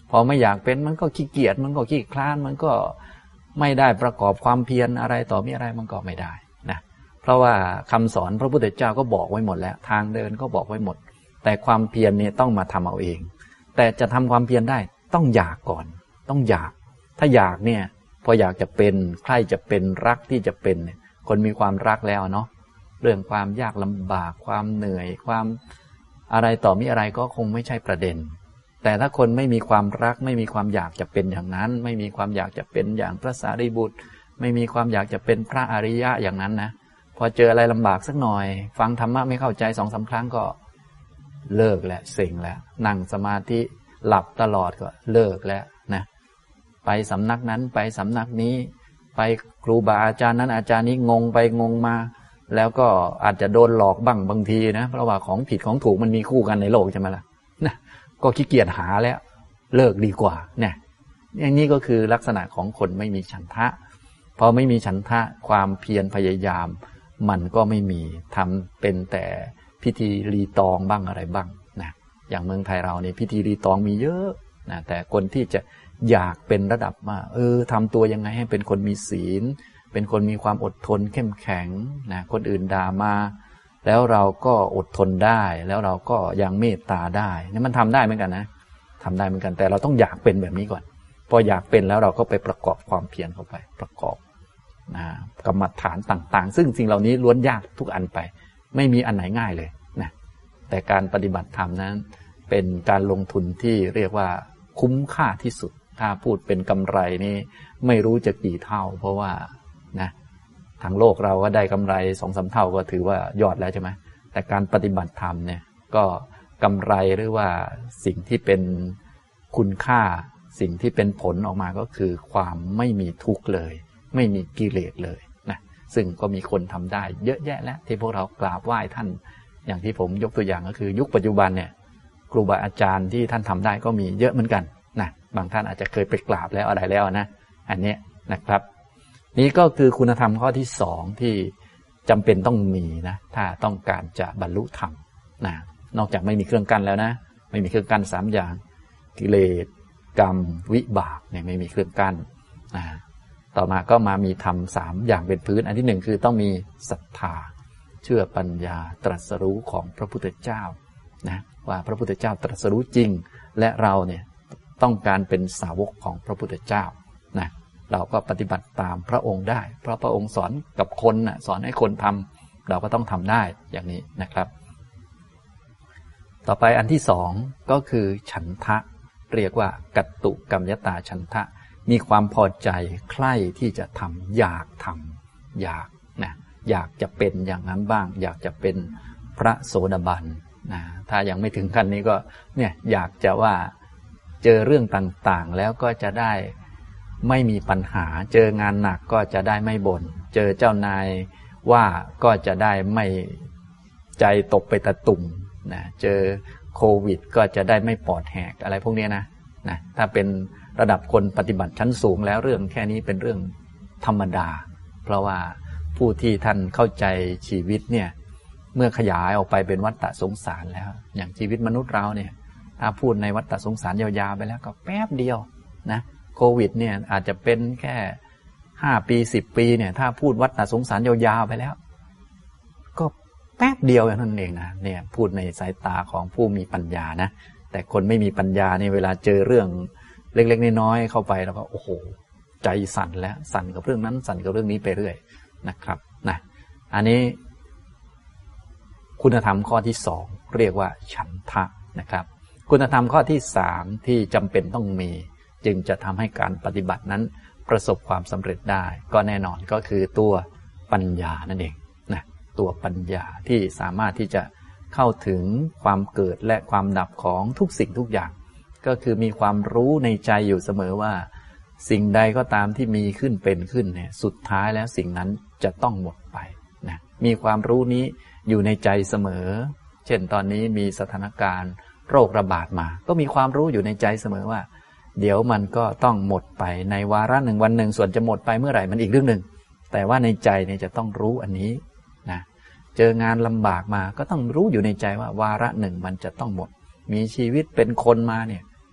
Speaker 1: พอไม่อยากเป็นมันก็ขี้เกียจมันก็ขี้คลานมันก็ไม่ได้ประกอบความเพียรอะไรต่อมีอะไรมันก็ไม่ได้นะเพราะว่าคำสอนพระพุทธเจ้าก็บอกไว้หมดแล้วทางเดินก็บอกไว้หมดแต่ความเพียรเนี่ยต้องมาทำเอาเองแต่จะทำความเพียรได้ต้องอยากก่อนต้องอยากถ้าอยากเนี่ยพออยากจะเป็นใครจะเป็นรักที่จะเป็นเนี่ยคนมีความรักแล้วเนาะเรื่องความยากลำบากความเหนื่อยความอะไรต่อมีอะไรก็คงไม่ใช่ประเด็นแต่ถ้าคนไม่มีความรักไม่มีความอยากจะเป็นอย่างนั้นไม่มีความอยากจะเป็นอย่างพระสารีบุตรไม่มีความอยากจะเป็นพระอริยะอย่างนั้นนะพอเจออะไรลำบากสักหน่อยฟังธรรมะไม่เข้าใจสองสามครั้งก็เลิกแล้วเซ็งแล้วนั่งสมาธิหลับตลอดก็เลิกแล้วนะไปสำนักนั้นไปสำนักนี้ไปครูบาอาจารย์นั้นอาจารย์นี้งงไปงงมาแล้วก็อาจจะโดนหลอกบ้างบางทีนะเพราะว่าของผิดของถูกมันมีคู่กันในโลกใช่ไหมล่ะนะก็ขี้เกียจหาแล้วเลิกดีกว่าเนี่ยอย่างนี้ก็คือลักษณะของคนไม่มีฉันทะพอไม่มีฉันทะความเพียรพยายามมันก็ไม่มีทำเป็นแต่พิธีรีตองบ้างอะไรบ้างนะอย่างเมืองไทยเราเนี่ยพิธีรีตองมีเยอะนะแต่คนที่จะอยากเป็นระดับว่าเออทำตัวยังไงให้เป็นคนมีศีลเป็นคนมีความอดทนเข้มแข็งนะคนอื่นด่ามาแล้วเราก็อดทนได้แล้วเราก็ยังเมตตาได้นี่มันทำได้เหมือนกันนะทำได้เหมือนกันแต่เราต้องอยากเป็นแบบนี้ก่อนพออยากเป็นแล้วเราก็ไปประกอบความเพียรเข้าไปประกอบนะกรรมฐานต่างๆซึ่งสิ่งเหล่านี้ล้วนยากทุกอันไปไม่มีอันไหนง่ายเลยนะแต่การปฏิบัติธรรมนั้นเป็นการลงทุนที่เรียกว่าคุ้มค่าที่สุดถ้าพูดเป็นกำไรนี่ไม่รู้จะกี่เท่าเพราะว่านะทางโลกเราก็ได้กำไรสองสามเท่าก็ถือว่ายอดแล้วใช่ไหมแต่การปฏิบัติธรรมเนี่ยก็กำไรหรือว่าสิ่งที่เป็นคุณค่าสิ่งที่เป็นผลออกมาก็คือความไม่มีทุกข์เลยไม่มีกิเลสเลยนะซึ่งก็มีคนทำได้เยอะแยะแล้วที่พวกเรากราบไหว้ท่านอย่างที่ผมยกตัวอย่างก็คือยุคปัจจุบันเนี่ยครูบาอาจารย์ที่ท่านทำได้ก็มีเยอะเหมือนกันนะบางท่านอาจจะเคยไปกราบแล้วอะไรแล้วนะอันนี้นะครับนี่ก็คือคุณธรรมข้อที่สองที่จำเป็นต้องมีนะถ้าต้องการจะบรรลุธรรมนะนอกจากไม่มีเครื่องกั้นแล้วนะไม่มีเครื่องกั้นสามอย่างกิเลสกรรมวิบากเนี่ยไม่มีเครื่องกั้นนะต่อมาก็มามีธรรมสามอย่างเป็นพื้นอันที่หนึ่งคือต้องมีศรัทธาเชื่อปัญญาตรัสรู้ของพระพุทธเจ้านะว่าพระพุทธเจ้าตรัสรู้จริงและเราเนี่ยต้องการเป็นสาวกของพระพุทธเจ้านะเราก็ปฏิบัติตามพระองค์ได้เพราะพระองค์สอนกับคนนะสอนให้คนทำเราก็ต้องทำได้อย่างนี้นะครับต่อไปอันที่สองก็คือฉันทะเรียกว่ากัตตุกัมยตาฉันทะมีความพอใจใคร่ที่จะทำอยากทำอยากนะอยากจะเป็นอย่างนั้นบ้างอยากจะเป็นพระโสดาบันนะถ้ายังไม่ถึงขั้นนี้ก็เนี่ยอยากจะว่าเจอเรื่องต่างๆแล้วก็จะได้ไม่มีปัญหาเจองานหนักก็จะได้ไม่บ่นเจอเจ้านายว่าก็จะได้ไม่ใจตกไปตะตุ่มนะเจอโควิดก็จะได้ไม่ปอดแหกอะไรพวกนี้นะนะถ้าเป็นระดับคนปฏิบัติชั้นสูงแล้วเรื่องแค่นี้เป็นเรื่องธรรมดาเพราะว่าผู้ที่ท่านเข้าใจชีวิตเนี่ยเมื่อขยายออกไปเป็นวัฏฏะสงสารแล้วอย่างชีวิตมนุษย์เราเนี่ยถ้าพูดในวัฏฏะสงสารยาวๆไปแล้วก็แป๊บเดียวนะโควิดเนี่ยอาจจะเป็นแค่ห้าปีสิบปีเนี่ยถ้าพูดวัฏฏะสงสารยาวๆไปแล้วก็แป๊บเดียวอย่างนั้นเองนะเนี่ยพูดในสายตาของผู้มีปัญญานะแต่คนไม่มีปัญญาเนี่ยเวลาเจอเรื่องเล็กๆน้อยๆเข้าไปแล้วก็โอ้โหใจสั่นแล้วสั่นกับเรื่องนั้นสั่นกับเรื่องนี้ไปเรื่อยนะครับนะอันนี้คุณธรรมข้อที่สองเรียกว่าฉันทะนะครับคุณธรรมข้อที่สามที่จำเป็นต้องมีจึงจะทำให้การปฏิบัตินั้นประสบความสำเร็จได้ก็แน่นอนก็คือตัวปัญญานั่นเองนะตัวปัญญาที่สามารถที่จะเข้าถึงความเกิดและความดับของทุกสิ่งทุกอย่างก็คือมีความรู้ในใจอยู่เสมอว่าสิ่งใดก็ตามที่มีขึ้นเป็นขึ้นเนี่ยสุดท้ายแล้วสิ่งนั้นจะต้องหมดไปนะมีความรู้นี้อยู่ในใจเสมอเช่นตอนนี้มีสถานการณ์โรคระบาดมาก็มีความรู้อยู่ในใจเสมอว่าเดี๋ยวมันก็ต้องหมดไปในวาระหนึ่งวันหนึ่งส่วนจะหมดไปเมื่อไหร่มันอีกเรื่องหนึ่งแต่ว่าในใจเนี่ยจะต้องรู้อันนี้นะเจองานลำบากมาก็ต้องรู้อยู่ในใจว่าวาระหนึ่งมันจะต้องหมดมีชีวิตเป็นคนมาเนี่ยค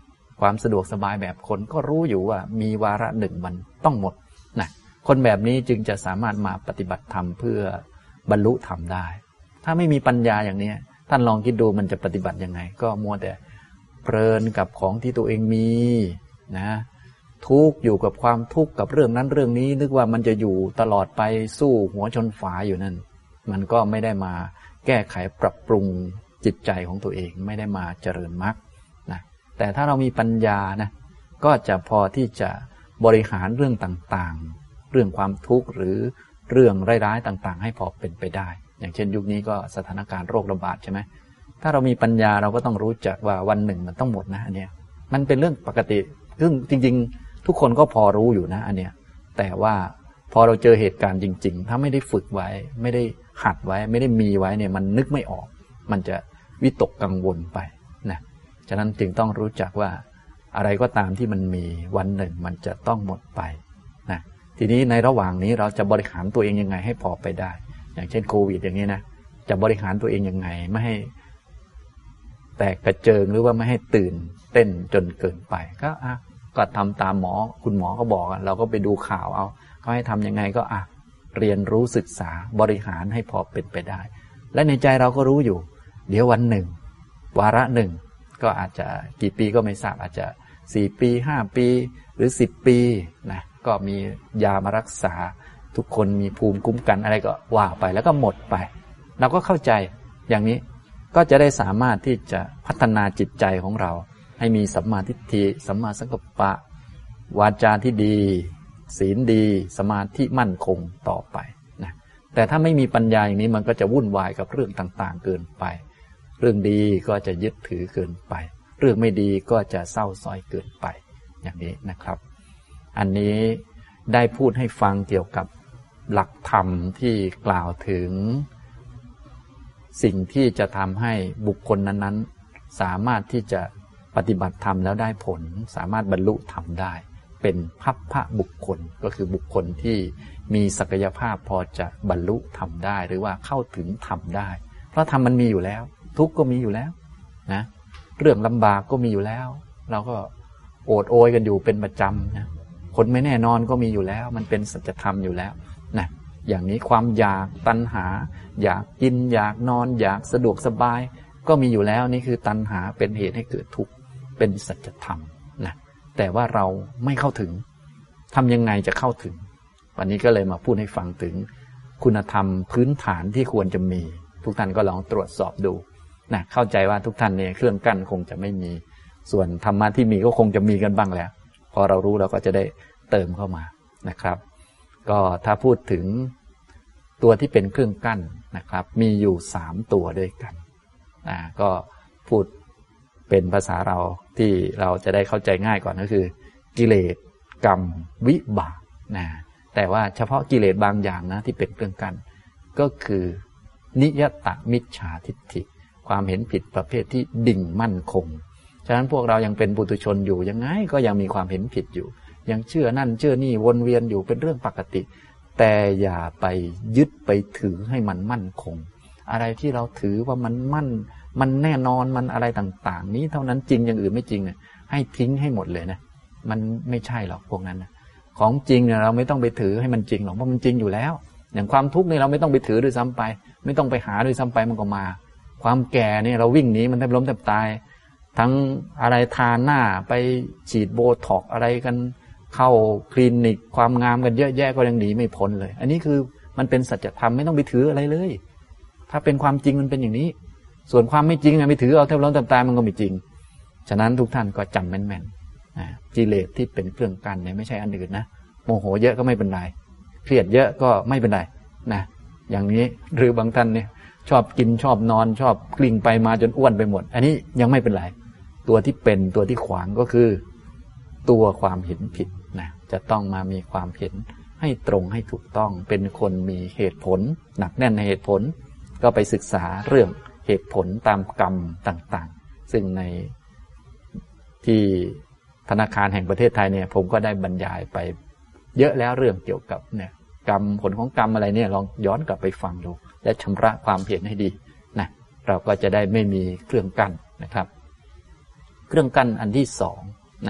Speaker 1: ความสะดวกสบายแบบคนก็รู้อยู่ว่ามีวาระหนึ่งมันต้องหมดนะคนแบบนี้จึงจะสามารถมาปฏิบัติธรรมเพื่อบรรลุธรรมได้ถ้าไม่มีปัญญาอย่างนี้ท่านลองคิดดูมันจะปฏิบัติยังไงก็มัวแต่เพลินกับของที่ตัวเองมีนะทุกข์อยู่กับความทุกข์กับเรื่องนั้นเรื่องนี้นึกว่ามันจะอยู่ตลอดไปสู้หัวชนฝาอยู่นั่นมันก็ไม่ได้มาแก้ไขปรับปรุงจิตใจของตัวเองไม่ได้มาเจริญมรรคนะแต่ถ้าเรามีปัญญานะก็จะพอที่จะบริหารเรื่องต่างๆเรื่องความทุกข์หรือเรื่องร้ายๆต่างๆให้พอเป็นไปได้อย่างเช่นยุคนี้ก็สถานการณ์โรคระบาดใช่ไหมถ้าเรามีปัญญาเราก็ต้องรู้จักว่าวันหนึ่งมันต้องหมดนะอันเนี้ยมันเป็นเรื่องปกติซึ่งจริงๆทุกคนก็พอรู้อยู่นะอันเนี้ยแต่ว่าพอเราเจอเหตุการณ์จริงๆถ้าไม่ได้ฝึกไว้ไม่ได้หัดไว้ไม่ได้มีไว้เนี่ยมันนึกไม่ออกมันจะวิตกกังวลไปนะฉะนั้นจึงต้องรู้จักว่าอะไรก็ตามที่มันมีวันหนึ่งมันจะต้องหมดไปนะทีนี้ในระหว่างนี้เราจะบริหารตัวเองยังไงให้พอไปได้อย่างเช่นโควิดอย่างนี้นะจะบริหารตัวเองยังไงไม่ให้แตกกระเจิงหรือว่าไม่ให้ตื่นเต้นจนเกินไปก็อ่ะก็ทำตามหมอคุณหมอก็บอกเราก็ไปดูข่าวเอาเขาให้ทำยังไงก็อ่ะเรียนรู้ศึกษาบริหารให้พอเป็นไปได้และในใจเราก็รู้อยู่เดี๋ยววันหนึ่งวาระหนึ่งก็อาจจะกี่ปีก็ไม่ทราบอาจจะสี่ปีห้าปีหรือสิบปีนะก็มียามารักษาทุกคนมีภูมิคุ้มกันอะไรก็ว่าไปแล้วก็หมดไปเราก็เข้าใจอย่างนี้ก็จะได้สามารถที่จะพัฒนาจิตใจของเราให้มีสัมมาทิฏฐิสัมมาสังกัปปะวาจาที่ดีศีลดีสมาธิมั่นคงต่อไปนะแต่ถ้าไม่มีปัญญาอย่างนี้มันก็จะวุ่นวายกับเรื่องต่างๆเกินไปเรื่องดีก็จะยึดถือเกินไปเรื่องไม่ดีก็จะเศร้าส้อยเกินไปอย่างนี้นะครับอันนี้ได้พูดให้ฟังเกี่ยวกับหลักธรรมที่กล่าวถึงสิ่งที่จะทำให้บุคคลนั้นๆสามารถที่จะปฏิบัติธรรมแล้วได้ผลสามารถบรรลุธรรมได้เป็นพัพพะบุคคลก็คือบุคคลที่มีศักยภาพพอจะบรรลุธรรมได้หรือว่าเข้าถึงธรรมได้เพราะธรรมมันมีอยู่แล้วทุกข์ก็มีอยู่แล้วนะเรื่องลำบากก็มีอยู่แล้วเราก็โอดโอยกันอยู่เป็นประจำนะคนไม่แน่นอนก็มีอยู่แล้วมันเป็นสัจธรรมอยู่แล้วนะอย่างนี้ความอยากตัณหาอยากกินอยากนอนอยากสะดวกสบายก็มีอยู่แล้วนี่คือตัณหาเป็นเหตุให้เกิดทุกข์เป็นสัจธรรมนะแต่ว่าเราไม่เข้าถึงทำยังไงจะเข้าถึงวันนี้ก็เลยมาพูดให้ฟังถึงคุณธรรมพื้นฐานที่ควรจะมีทุกท่านก็ลองตรวจสอบดูนะเข้าใจว่าทุกท่านเนี่ยเครื่องกั้นคงจะไม่มีส่วนธรรมะที่มีก็คงจะมีกันบ้างแล้วพอเรารู้เราก็จะได้เติมเข้ามานะครับก็ถ้าพูดถึงตัวที่เป็นเครื่องกั้นนะครับมีอยู่สามตัวด้วยกันนะก็พูดเป็นภาษาเราที่เราจะได้เข้าใจง่ายก่อนก็คือกิเลสกรรมวิบากนะแต่ว่าเฉพาะกิเลสบางอย่างนะที่เป็นเครื่องกั้นก็คือนิยตมิจฉาทิฏฐิความเห็นผิดประเภทที่ดิ่งมั่นคงฉะนั้นพวกเรายังเป็นปุถุชนอยู่ยังไงก็ยังมีความเห็นผิดอยู่ยังเชื่อนั่นเชื่อนี่วนเวียนอยู่เป็นเรื่องปกติแต่อย่าไปยึดไปถือให้มันมั่นคงอะไรที่เราถือว่ามันมั่นมันแน่นอนมันอะไรต่างๆนี้เท่านั้นจริงอย่างอื่นไม่จริงเนี่ยให้ทิ้งให้หมดเลยนะมันไม่ใช่หรอกพวกนั้นนะของจริงเนี่ยเราไม่ต้องไปถือให้มันจริงหรอกเพราะมันจริงอยู่แล้วอย่างความทุกข์เนี่ยเราไม่ต้องไปถือด้วยซ้ำไปไม่ต้องไปหาด้วยซ้ำไปมันก็มาความแก่เนี่ยเราวิ่งหนีมันแทบล้มแทบตายทั้งอะไรทาหน้าไปฉีดโบท็อกอะไรกันเข้าคลินิกความงามกันเยอะแยะก็ยังหนีไม่พ้นเลยอันนี้คือมันเป็นสัจธรรมไม่ต้องไปถืออะไรเลยถ้าเป็นความจริงมันเป็นอย่างนี้ส่วนความไม่จริงไม่ถือเอาแทบล้มแทบตายมันก็ไม่จริงฉะนั้นทุกท่านก็จำแม่นๆนะกิเลสที่เป็นเครื่องกั้นเนี่ยไม่ใช่อันอื่นนะโมโหเยอะก็ไม่เป็นไรเครียดเยอะก็ไม่เป็นไรนะอย่างนี้หรือบางท่านเนี่ยชอบกินชอบนอนชอบกลิ้งไปมาจนอ้วนไปหมดอันนี้ยังไม่เป็นไรตัวที่เป็นตัวที่ขวางก็คือตัวความเห็นผิดนะจะต้องมามีความเห็นให้ตรงให้ถูกต้องเป็นคนมีเหตุผลหนักแน่นในเหตุผลก็ไปศึกษาเรื่องเหตุผลตามกรรมต่างๆซึ่งในที่ธนาคารแห่งประเทศไทยเนี่ยผมก็ได้บรรยายไปเยอะแล้วเรื่องเกี่ยวกับเนี่ยกรรมผลของกรรมอะไรเนี่ยลองย้อนกลับไปฟังดูและชำระความเห็นให้ดีนะเราก็จะได้ไม่มีเครื่องกั้นนะครับเครื่องกั้นอันที่สอง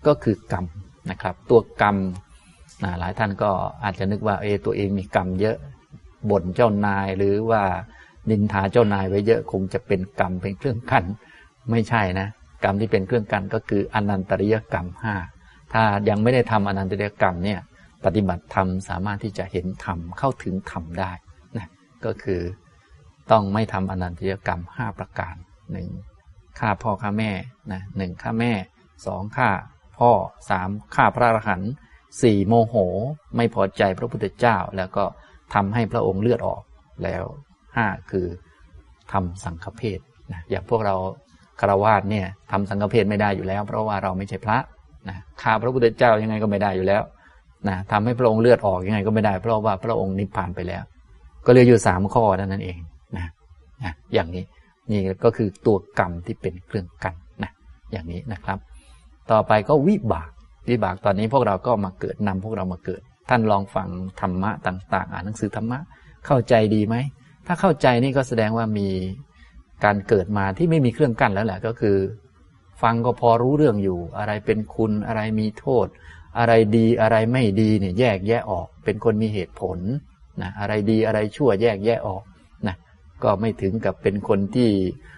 Speaker 1: ก็คือกรรมนะครับตัวกรรมหลายท่านก็อาจจะนึกว่าเออตัวเองมีกรรมเยอะบ่นเจ้านายหรือว่านินทาเจ้านายไว้เยอะคงจะเป็นกรรมเป็นเครื่องกั้นไม่ใช่นะกรรมที่เป็นเครื่องกั้นก็คืออนันตริยกรรมห้าถ้ายังไม่ได้ทำอนันตริยกรรมเนี่ยปฏิบัติธรรมสามารถที่จะเห็นธรรมเข้าถึงธรรมได้นะก็คือต้องไม่ทำอนันตริยกรรมห้าประการหนึ่งฆ่าพ่อฆ่าแม่นะหนึ่งฆ่าแม่สองฆ่าพ่อสามฆ่าพระอรหันต์สี่โมโหไม่พอใจพระพุทธเจ้าแล้วก็ทำให้พระองค์เลือดออกแล้วห้าคือทำสังฆเพศนะอย่างพวกเราฆราวาสเนี่ยทำสังฆเพศไม่ได้อยู่แล้วเพราะว่าเราไม่ใช่พระนะฆ่าพระพุทธเจ้ายังไงก็ไม่ได้อยู่แล้วนะทำให้พระองค์เลือดออกยังไงก็ไม่ได้เพราะว่าพระองค์นิพพานไปแล้วก็เหลืออยู่สามข้อนั่นเองนะนะอย่างนี้นี่ก็คือตัวกรรมที่เป็นเครื่องกั้นนะอย่างนี้นะครับต่อไปก็วิบากวิบากตอนนี้พวกเราก็มาเกิดนำพวกเรามาเกิดท่านลองฟังธรรมะต่างๆอ่านหนังสือธรรมะเข้าใจดีไหมถ้าเข้าใจนี่ก็แสดงว่ามีการเกิดมาที่ไม่มีเครื่องกั้นแล้วแหละก็คือฟังก็พอรู้เรื่องอยู่อะไรเป็นคุณอะไรมีโทษอะไรดีอะไรไม่ดีเนี่ยแยกแยะออกเป็นคนมีเหตุผลนะอะไรดีอะไรชั่วแยกแยะออกนะก็ไม่ถึงกับเป็นคนที่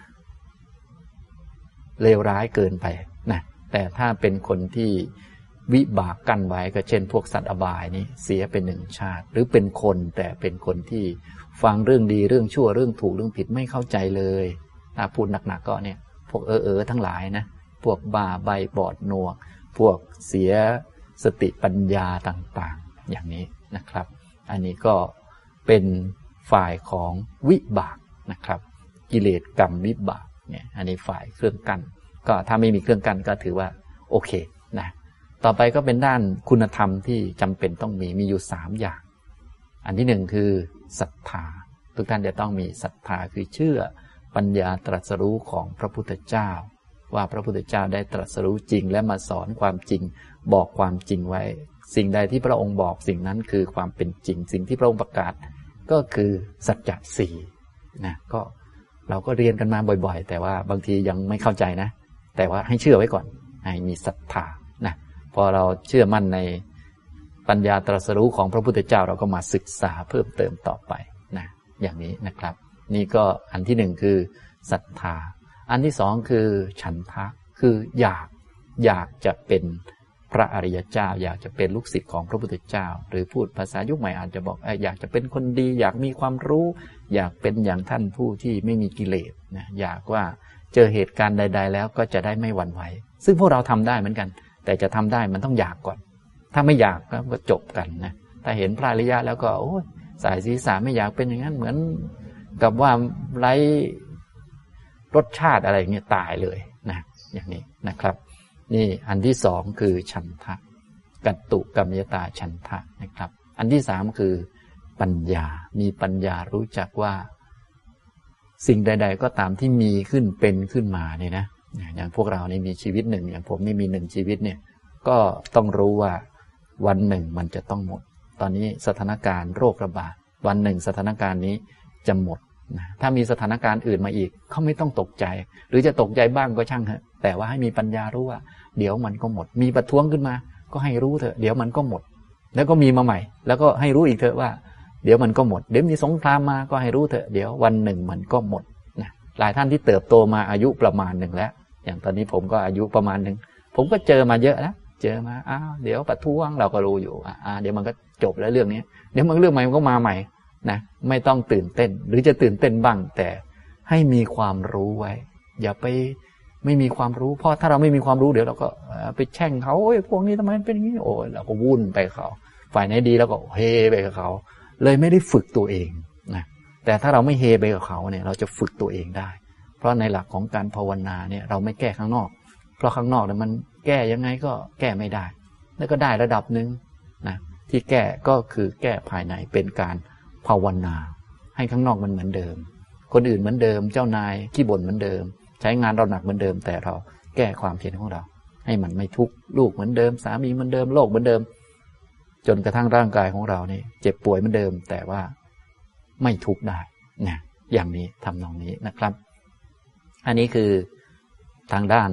Speaker 1: เลวร้ายเกินไปนะแต่ถ้าเป็นคนที่วิบากกั้นไว้ก็เช่นพวกสัตว์อบายนี่เสียเป็นหนึ่งชาติหรือเป็นคนแต่เป็นคนที่ฟังเรื่องดีเรื่องชั่วเรื่องถูกเรื่องผิดไม่เข้าใจเลยถ้าพูดหนักๆก็เนี่ยพวกเออเออทั้งหลายนะพวกบ้าใบบอดหนวกพวกเสียสติปัญญาต่างๆอย่างนี้นะครับอันนี้ก็เป็นฝ่ายของวิบากนะครับกิเลสกรรมวิบากเนี่ยอันนี้ฝ่ายเครื่องกั้นก็ถ้าไม่มีเครื่องกั้นก็ถือว่าโอเคนะต่อไปก็เป็นด้านคุณธรรมที่จำเป็นต้องมีมีอยู่สามอย่างอันที่หนึ่งคือศรัทธาทุกท่านจะต้องมีศรัทธาคือเชื่อปัญญาตรัสรู้ของพระพุทธเจ้าว่าพระพุทธเจ้าได้ตรัสรู้จริงและมาสอนความจริงบอกความจริงไว้สิ่งใดที่พระองค์บอกสิ่งนั้นคือความเป็นจริงสิ่งที่พระองค์ประกาศก็คือสัจจะสี่นะก็เราก็เรียนกันมาบ่อยๆแต่ว่าบางทียังไม่เข้าใจนะแต่ว่าให้เชื่อไว้ก่อนให้มีศรัทธานะพอเราเชื่อมั่นในปัญญาตรัสรู้ของพระพุทธเจ้าเราก็มาศึกษาเพิ่มเติมต่อไปนะอย่างนี้นะครับนี่ก็อันที่หนึ่งคือศรัทธาอันที่สองคือฉันทะคืออยากอยากจะเป็นพระอริยเจ้าอยากจะเป็นลูกศิษย์ของพระพุทธเจ้าหรือพูดภาษายุคใหม่อาจจะบอกอยากจะเป็นคนดีอยากมีความรู้อยากเป็นอย่างท่านผู้ที่ไม่มีกิเลสนะอยากว่าเจอเหตุการณ์ใดๆแล้วก็จะได้ไม่หวั่นไหวซึ่งพวกเราทำได้เหมือนกันแต่จะทำได้มันต้องอยากก่อนถ้าไม่อยากก็จบกันนะถ้าเห็นพระอริยะแล้วก็โอ้ยสายศีรษะไม่อยากเป็นอย่างนั้นเหมือนกับว่าไร้รสชาติอะไรเงี้ยตายเลยนะอย่างนี้นะครับนี่อันที่สองคือฉันทะกัตตุกัมมยตาฉันทะนะครับอันที่สามคือปัญญามีปัญญารู้จักว่าสิ่งใดๆก็ตามที่มีขึ้นเป็นขึ้นมาเนี่ยนะอย่างพวกเรานี่มีชีวิตหนึ่งอย่างผมนี่มีหนึ่งชีวิตเนี่ยก็ต้องรู้ว่าวันหนึ่งมันจะต้องหมดตอนนี้สถานการณ์โรคระบาดวันหนึ่งสถานการณ์นี้จะหมดนะถ้ามีสถานการณ์อื่นมาอีกเขาไม่ต้องตกใจหรือจะตกใจบ้างก็ช่างเถอะแต่ว่าให้มีปัญญารู้ว่าเดี๋ยวมันก็หมดมีประท้วงขึ้นมาก็ให้รู้เถอะเดี๋ยวมันก็หมดแล้วก็มีมาใหม่แล้วก็ให้รู้อีกเถอะว่าเดี๋ยวมันก็หมดเดี๋ยวมีสงครามมาก็ให้รู้เถอะเดี๋ยววันหนึ่งมันก็หมดนะหลายท่านที่เติบโตมาอายุประมาณหนึ่งแล้วอย่างตอนนี้ผมก็อายุประมาณหนึ่งผมก็เจอมาเยอะแล้วเจอมาอ้าวเดี๋ยวประท้วงเราก็รู้อยู่อ่าเดี๋ยวมันก็จบแล้วเรื่องนี้เดี๋ยวมันเรื่องใหม่มันก็มาใหม่นะไม่ต้องตื่นเต้นหรือจะตื่นเต้นบ้างแต่ให้มีความรู้ไว้อย่าไปไม่มีความรู้เพราะถ้าเราไม่มีความรู้เดี๋ยวเราก็ไปแช่งเขาโอ้ยพวกนี้ทำไมเป็นอย่างนี้โอ้ยเราก็วุ่นไปเขาฝ่ายไหนดีแล้วก็เฮไปกับเขาเลยไม่ได้ฝึกตัวเองนะแต่ถ้าเราไม่เฮไปกับเขาเนี่ยเราจะฝึกตัวเองได้เพราะในหลักของการภาวนาเนี่ยเราไม่แก้ข้างนอกเพราะข้างนอกเนี่ยมันแก้ยังไงก็แก้ไม่ได้แล้วก็ได้ระดับหนึ่งนะที่แก้ก็คือแก้ภายในเป็นการภาวนาให้ข้างนอกมันเหมือนเดิมคนอื่นเหมือนเดิมเจ้านายขี้บ่นเหมือนเดิมใช้งานเราหนักเหมือนเดิมแต่เราแก้ความเพียรของเราให้มันไม่ทุกข์ลูกเหมือนเดิมสามีเหมือนเดิมโลกเหมือนเดิมจนกระทั่งร่างกายของเรานี่เจ็บป่วยเหมือนเดิมแต่ว่าไม่ทุกข์ได้นะอย่างนี้ทำนองนี้นะครับอันนี้คือทางด้าน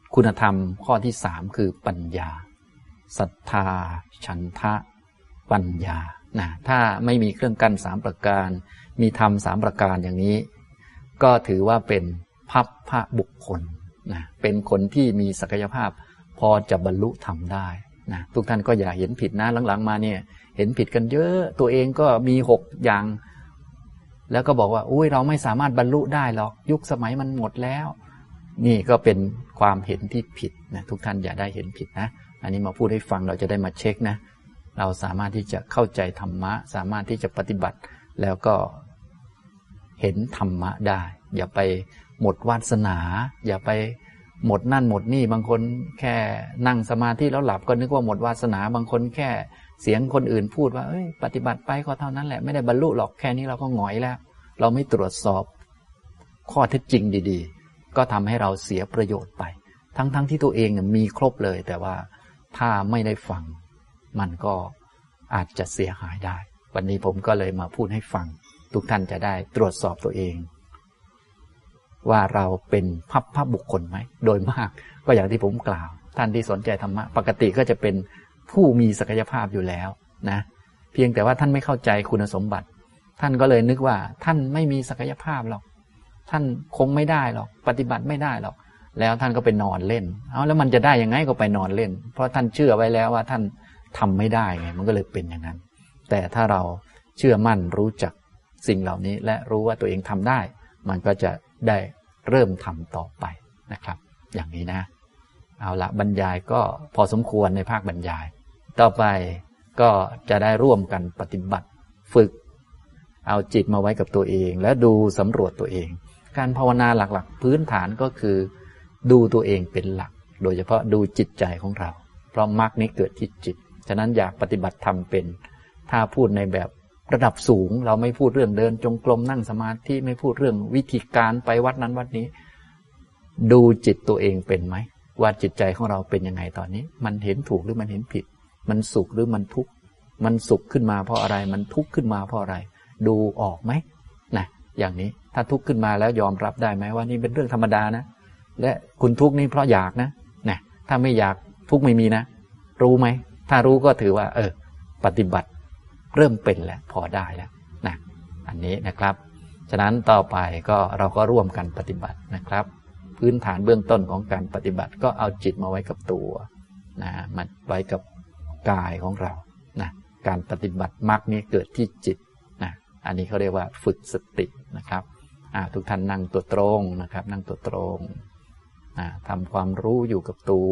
Speaker 1: คุณธรรมข้อที่สามคือปัญญาศรัทธาฉันทะปัญญานะถ้าไม่มีเครื่องกั้นสามประการมีธรรมสามประการอย่างนี้ก็ถือว่าเป็นพัพพะบุคคลนะเป็นคนที่มีศักยภาพพอจะบรรลุธรรมได้นะทุกท่านก็อย่าเห็นผิดนะหลังๆมาเนี่ยเห็นผิดกันเยอะตัวเองก็มีหกอย่างแล้วก็บอกว่าอุ้ยเราไม่สามารถบรรลุได้หรอกยุคสมัยมันหมดแล้วนี่ก็เป็นความเห็นที่ผิดนะทุกท่านอย่าได้เห็นผิดนะอันนี้มาพูดให้ฟังเราจะได้มาเช็คนะเราสามารถที่จะเข้าใจธรรมะสามารถที่จะปฏิบัติแล้วก็เห็นธรรมะได้อย่าไปหมดวาสนาอย่าไปหมดนั่นหมดนี่บางคนแค่นั่งสมาธิแล้วหลับก็นึกว่าหมดวาสนาบางคนแค่เสียงคนอื่นพูดว่าเอ้ยปฏิบัติไปก็เท่านั้นแหละไม่ได้บรรลุหรอกแค่นี้เราก็หงอยแล้วเราไม่ตรวจสอบข้อเท็จจริงดีๆก็ทำให้เราเสียประโยชน์ไปทั้งๆ ท, ที่ตัวเองเนี่ยมีครบเลยแต่ว่าถ้าไม่ได้ฟังมันก็อาจจะเสียหายได้วันนี้ผมก็เลยมาพูดให้ฟังทุกท่านจะได้ตรวจสอบตัวเองว่าเราเป็นพัพพะบุคคลไหมโดยมากก็อย่างที่ผมกล่าวท่านที่สนใจธรรมะปกติก็จะเป็นผู้มีศักยภาพอยู่แล้วนะเพียงแต่ว่าท่านไม่เข้าใจคุณสมบัติท่านก็เลยนึกว่าท่านไม่มีศักยภาพหรอกท่านคงไม่ได้หรอกปฏิบัติไม่ได้หรอกแล้วท่านก็ไปนอนเล่นเอาแล้วมันจะได้ยังไงก็ไปนอนเล่นเพราะท่านเชื่อไว้แล้วว่าท่านทำไม่ได้ไงมันก็เลยเป็นอย่างนั้นแต่ถ้าเราเชื่อมั่นรู้จักสิ่งเหล่านี้และรู้ว่าตัวเองทำได้มันก็จะได้เริ่มทำต่อไปนะครับอย่างนี้นะเอาละบรรยายก็พอสมควรในภาคบรรยายต่อไปก็จะได้ร่วมกันปฏิบัติฝึกเอาจิตมาไว้กับตัวเองและดูสำรวจตัวเองการภาวนาหลักๆพื้นฐานก็คือดูตัวเองเป็นหลักโดยเฉพาะดูจิตใจของเราเพราะมรรคนี้เกิดที่จิตฉะนั้นอยากปฏิบัติธรรมเป็นถ้าพูดในแบบระดับสูงเราไม่พูดเรื่องเดินจงกรมนั่งสมาธิไม่พูดเรื่องวิธีการไปวัดนั้นวัดนี้ดูจิตตัวเองเป็นไหมว่าจิตใจของเราเป็นยังไงตอนนี้มันเห็นถูกหรือมันเห็นผิดมันสุขหรือมันทุกข์มันสุขขึ้นมาเพราะอะไรมันทุกข์ขึ้นมาเพราะอะไรดูออกไหมนะอย่างนี้ถ้าทุกข์ขึ้นมาแล้วยอมรับได้ไหมว่านี่เป็นเรื่องธรรมดานะและคุณทุกข์นี่เพราะอยากนะนะถ้าไม่อยากทุกข์ไม่มีนะรู้ไหมถ้ารู้ก็ถือว่าเออปฏิบัติเริ่มเป็นแล้วพอได้แล้วนะอันนี้นะครับฉะนั้นต่อไปก็เราก็ร่วมกันปฏิบัตินะครับพื้นฐานเบื้องต้นของการปฏิบัติก็เอาจิตมาไว้กับตัวนะมาไว้กับกายของเรานะการปฏิบัติมรรคนี้เกิดที่จิตนะอันนี้เขาเรียกว่าฝึกสตินะครับทุกท่านนั่งตัวตรงนะครับนั่งตัวตรงนะทำความรู้อยู่กับตัว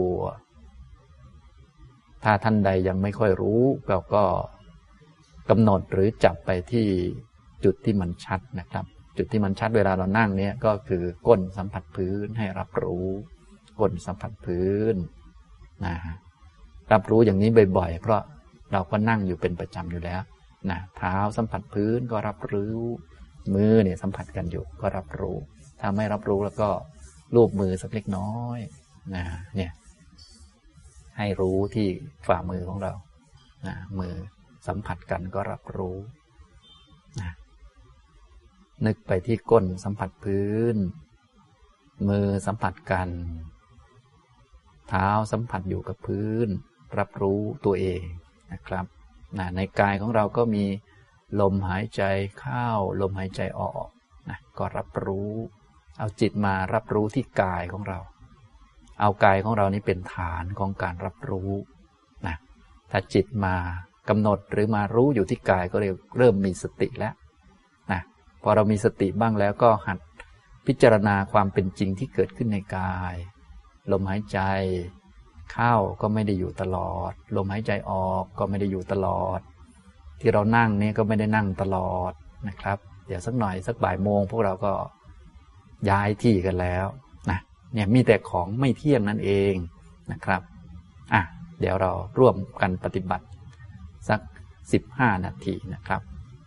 Speaker 1: ถ้าท่านใดยังไม่ค่อยรู้เราก็กำหนดหรือจับไปที่จุดที่มันชัดนะครับจุดที่มันชัดเวลาเรานั่งเนี่ยก็คือก้นสัมผัสพื้นให้รับรู้ก้นสัมผัสพื้นนะรับรู้อย่างนี้บ่อยๆเพราะเราก็นั่งอยู่เป็นประจำอยู่แล้วนะเท้าสัมผัสพื้นก็รับรู้มือเนี่ยสัมผัสกันอยู่ก็รับรู้ถ้าไม่รับรู้แล้วก็ลูบมือสักเล็กน้อยนะเนี่ยให้รู้ที่ฝ่ามือของเรานะมือสัมผัสกันก็รับรู้นะนึกไปที่ก้นสัมผัสพื้นมือสัมผัสกันเท้าสัมผัสอยู่กับพื้นรับรู้ตัวเองนะครับนะในกายของเราก็มีลมหายใจเข้าลมหายใจออกนะก็รับรู้เอาจิตมารับรู้ที่กายของเราเอากายของเรานี้เป็นฐานของการรับรู้นะถ้าจิตมากำหนดหรือมารู้อยู่ที่กายก็เรียกเริ่มมีสติแล้วนะพอเรามีสติบ้างแล้วก็หัดพิจารณาความเป็นจริงที่เกิดขึ้นในกายลมหายใจเข้าก็ไม่ได้อยู่ตลอดลมหายใจออกก็ไม่ได้อยู่ตลอดที่เรานั่งนี่ก็ไม่ได้นั่งตลอดนะครับเดี๋ยวสักหน่อยสักบ่ายโมงพวกเราก็ย้ายที่กันแล้วนะเนี่ยมีแต่ของไม่เที่ยงนั่นเองนะครับอ่ะเดี๋ยวเราร่วมกันปฏิบัติสักสิบห้านาทีนะครับ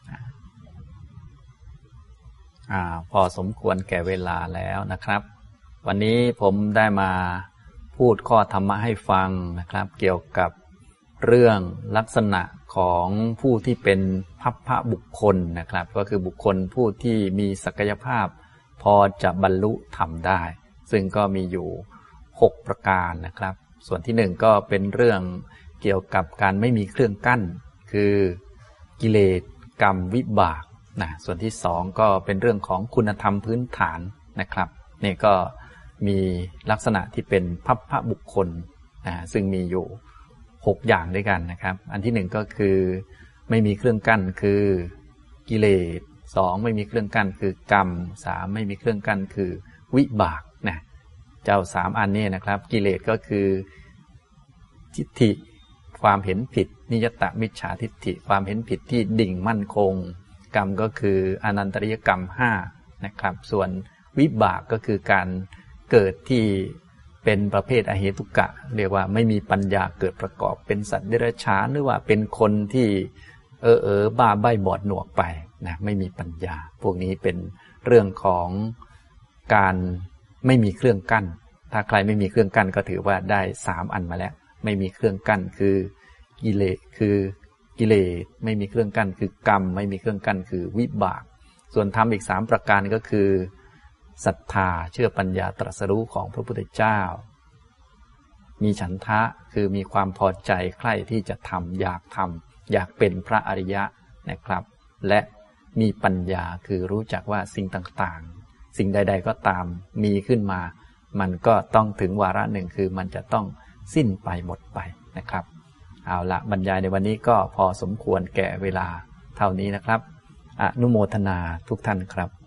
Speaker 1: อ่าพอสมควรแก่เวลาแล้วนะครับวันนี้ผมได้มาพูดข้อธรรมะให้ฟังนะครับเกี่ยวกับเรื่องลักษณะของผู้ที่เป็นพัพพะบุคคลนะครับก็คือบุคคลผู้ที่มีศักยภาพพอจะบรรลุธรรมได้ซึ่งก็มีอยู่หกประการนะครับส่วนที่หนึ่งก็เป็นเรื่องเกี่ยวกับการไม่มีเครื่องกั้นคือกิเลสกรรมวิบากนะส่วนที่สองก็เป็นเรื่องของคุณธรรมพื้นฐานนะครับนี่ก็มีลักษณะที่เป็นพัพพบุคคลนะซึ่งมีอยู่หกอย่างด้วยกันนะครับอันที่หนึ่งก็คือไม่มีเครื่องกั้นคือกิเลสสองไม่มีเครื่องกั้นคือกรรมสามไม่มีเครื่องกั้นคือวิบากนะเจ้าสามอันนี้นะครับกิเลสก็คือทิฏฐิความเห็นผิดนิยตมิจฉาทิฏฐิความเห็นผิดที่ดิ่งมั่นคงกรรมก็คืออนันตริยกรรมห้านะครับส่วนวิบากก็คือการเกิดที่เป็นประเภทอเหตุกะเรียกว่าไม่มีปัญญาเกิดประกอบเป็นสัตว์เดรัจฉานหรือว่าเป็นคนที่เออเออบ้าใบ้บอดหนวกไปนะไม่มีปัญญาพวกนี้เป็นเรื่องของการไม่มีเครื่องกั้นถ้าใครไม่มีเครื่องกั้นก็ถือว่าได้สามอันมาแล้วไม่มีเครื่องกั้นคือกิเลสคือกิเลสไม่มีเครื่องกั้นคือกรรมไม่มีเครื่องกั้นคือวิบากส่วนธรรมอีกสามประการก็คือศรัทธาเชื่อปัญญาตรัสรู้ของพระพุทธเจ้ามีฉันทะคือมีความพอใจใคร่ที่จะทำอยากทำอยากเป็นพระอริยะนะครับและมีปัญญาคือรู้จักว่าสิ่งต่างๆสิ่งใดๆก็ตามมีขึ้นมามันก็ต้องถึงวาระหนึ่งคือมันจะต้องสิ้นไปหมดไปนะครับเอาละบรรยายในวันนี้ก็พอสมควรแก่เวลาเท่านี้นะครับอนุโมทนาทุกท่านครับ